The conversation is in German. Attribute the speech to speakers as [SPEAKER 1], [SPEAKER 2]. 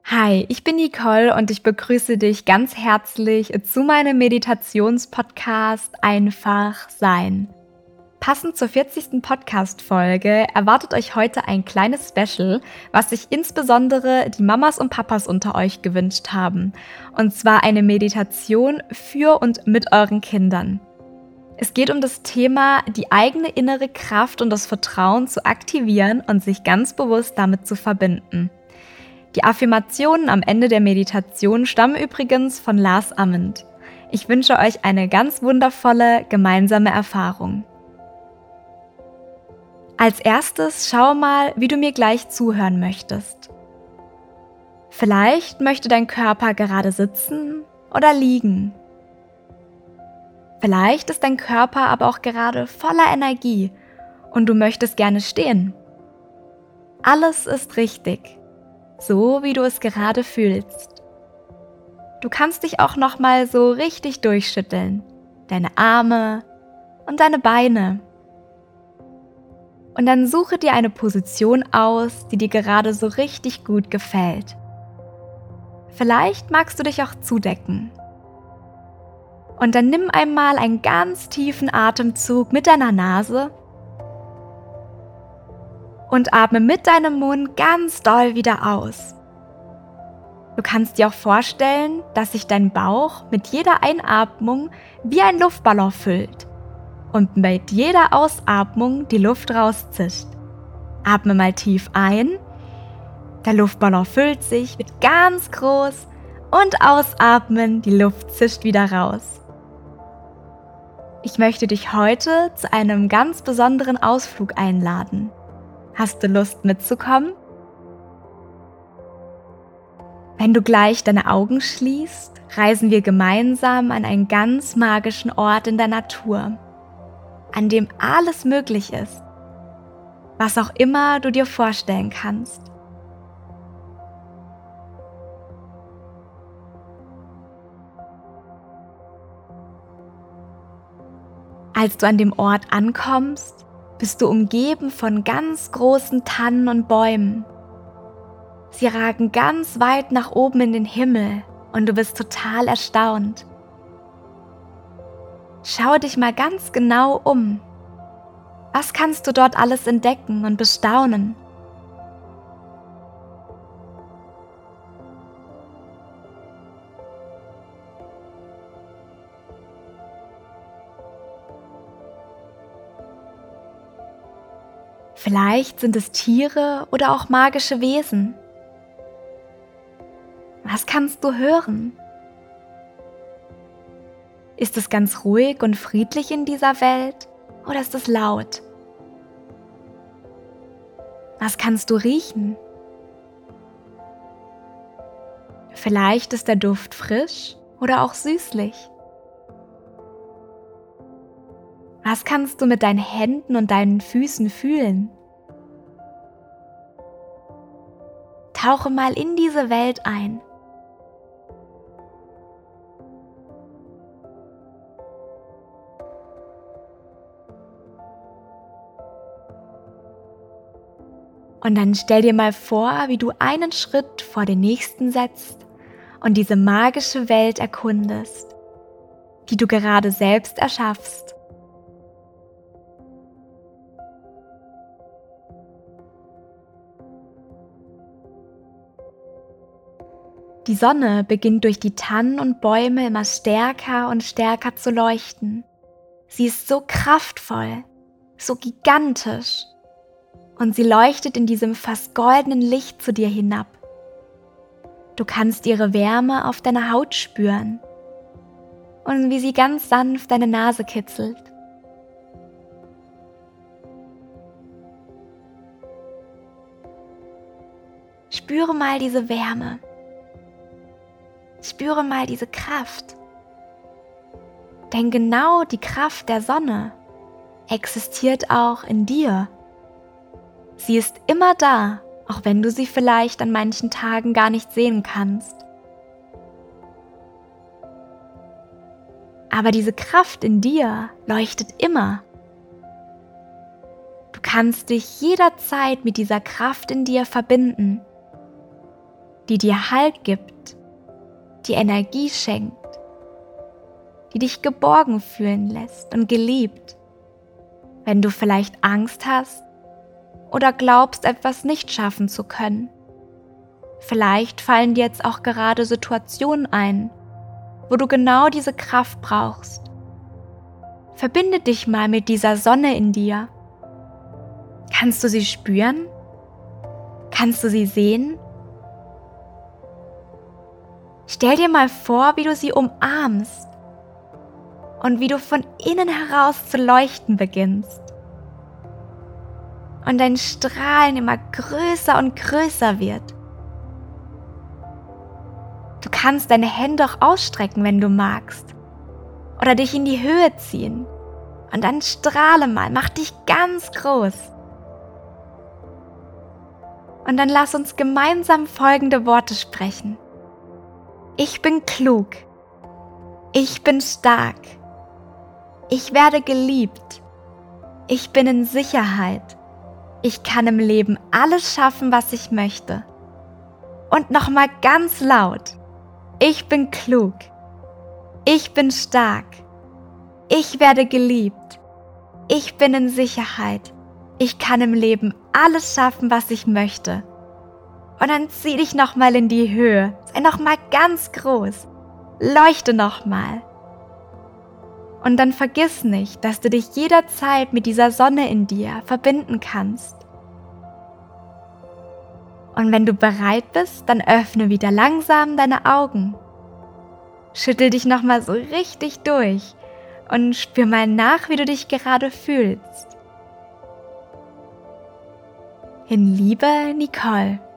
[SPEAKER 1] Hi, ich bin Nicole und ich begrüße dich ganz herzlich zu meinem Meditationspodcast Einfach Sein. Passend zur 40. Podcast-Folge erwartet euch heute ein kleines Special, was sich insbesondere die Mamas und Papas unter euch gewünscht haben. Und zwar eine Meditation für und mit euren Kindern. Es geht um das Thema, die eigene innere Kraft und das Vertrauen zu aktivieren und sich ganz bewusst damit zu verbinden. Die Affirmationen am Ende der Meditation stammen übrigens von Lars Ament. Ich wünsche euch eine ganz wundervolle gemeinsame Erfahrung. Als erstes schau mal, wie du mir gleich zuhören möchtest. Vielleicht möchte dein Körper gerade sitzen oder liegen. Vielleicht ist dein Körper aber auch gerade voller Energie und du möchtest gerne stehen. Alles ist richtig. So wie du es gerade fühlst. Du kannst dich auch nochmal so richtig durchschütteln, deine Arme und deine Beine. Und dann suche dir eine Position aus, die dir gerade so richtig gut gefällt. Vielleicht magst du dich auch zudecken. Und dann nimm einmal einen ganz tiefen Atemzug mit deiner Nase und atme mit deinem Mund ganz doll wieder aus. Du kannst dir auch vorstellen, dass sich dein Bauch mit jeder Einatmung wie ein Luftballon füllt und mit jeder Ausatmung die Luft rauszischt. Atme mal tief ein, der Luftballon füllt sich, wird ganz groß und ausatmen, die Luft zischt wieder raus. Ich möchte dich heute zu einem ganz besonderen Ausflug einladen. Hast du Lust mitzukommen? Wenn du gleich deine Augen schließt, reisen wir gemeinsam an einen ganz magischen Ort in der Natur, an dem alles möglich ist, was auch immer du dir vorstellen kannst. Als du an dem Ort ankommst, bist du umgeben von ganz großen Tannen und Bäumen. Sie ragen ganz weit nach oben in den Himmel und du bist total erstaunt. Schau dich mal ganz genau um. Was kannst du dort alles entdecken und bestaunen? Vielleicht sind es Tiere oder auch magische Wesen. Was kannst du hören? Ist es ganz ruhig und friedlich in dieser Welt oder ist es laut? Was kannst du riechen? Vielleicht ist der Duft frisch oder auch süßlich. Was kannst du mit deinen Händen und deinen Füßen fühlen? Tauche mal in diese Welt ein. Und dann stell dir mal vor, wie du einen Schritt vor den nächsten setzt und diese magische Welt erkundest, die du gerade selbst erschaffst. Die Sonne beginnt durch die Tannen und Bäume immer stärker und stärker zu leuchten. Sie ist so kraftvoll, so gigantisch. Und sie leuchtet in diesem fast goldenen Licht zu dir hinab. Du kannst ihre Wärme auf deiner Haut spüren und wie sie ganz sanft deine Nase kitzelt. Spüre mal diese Wärme. Spüre mal diese Kraft. Denn genau die Kraft der Sonne existiert auch in dir. Sie ist immer da, auch wenn du sie vielleicht an manchen Tagen gar nicht sehen kannst. Aber diese Kraft in dir leuchtet immer. Du kannst dich jederzeit mit dieser Kraft in dir verbinden. die dir Halt gibt, die Energie schenkt, die dich geborgen fühlen lässt und geliebt, wenn du vielleicht Angst hast oder glaubst, etwas nicht schaffen zu können. Vielleicht fallen dir jetzt auch gerade Situationen ein, wo du genau diese Kraft brauchst. Verbinde dich mal mit dieser Sonne in dir. Kannst du sie spüren? Kannst du sie sehen? Stell dir mal vor, wie du sie umarmst und wie du von innen heraus zu leuchten beginnst. Und dein Strahlen immer größer und größer wird. Du kannst deine Hände auch ausstrecken, wenn du magst. Oder dich in die Höhe ziehen. Und dann strahle mal, mach dich ganz groß. Und dann lass uns gemeinsam folgende Worte sprechen. Ich bin klug. Ich bin stark. Ich werde geliebt. Ich bin in Sicherheit. Ich kann im Leben alles schaffen, was ich möchte. Und nochmal ganz laut. Ich bin klug. Ich bin stark. Ich werde geliebt. Ich bin in Sicherheit. Ich kann im Leben alles schaffen, was ich möchte. Und dann zieh dich nochmal in die Höhe. Sei nochmal ganz groß. Leuchte nochmal. Und dann vergiss nicht, dass du dich jederzeit mit dieser Sonne in dir verbinden kannst. Und wenn du bereit bist, dann öffne wieder langsam deine Augen. Schüttel dich nochmal so richtig durch und spür mal nach, wie du dich gerade fühlst. In Liebe, Nicole.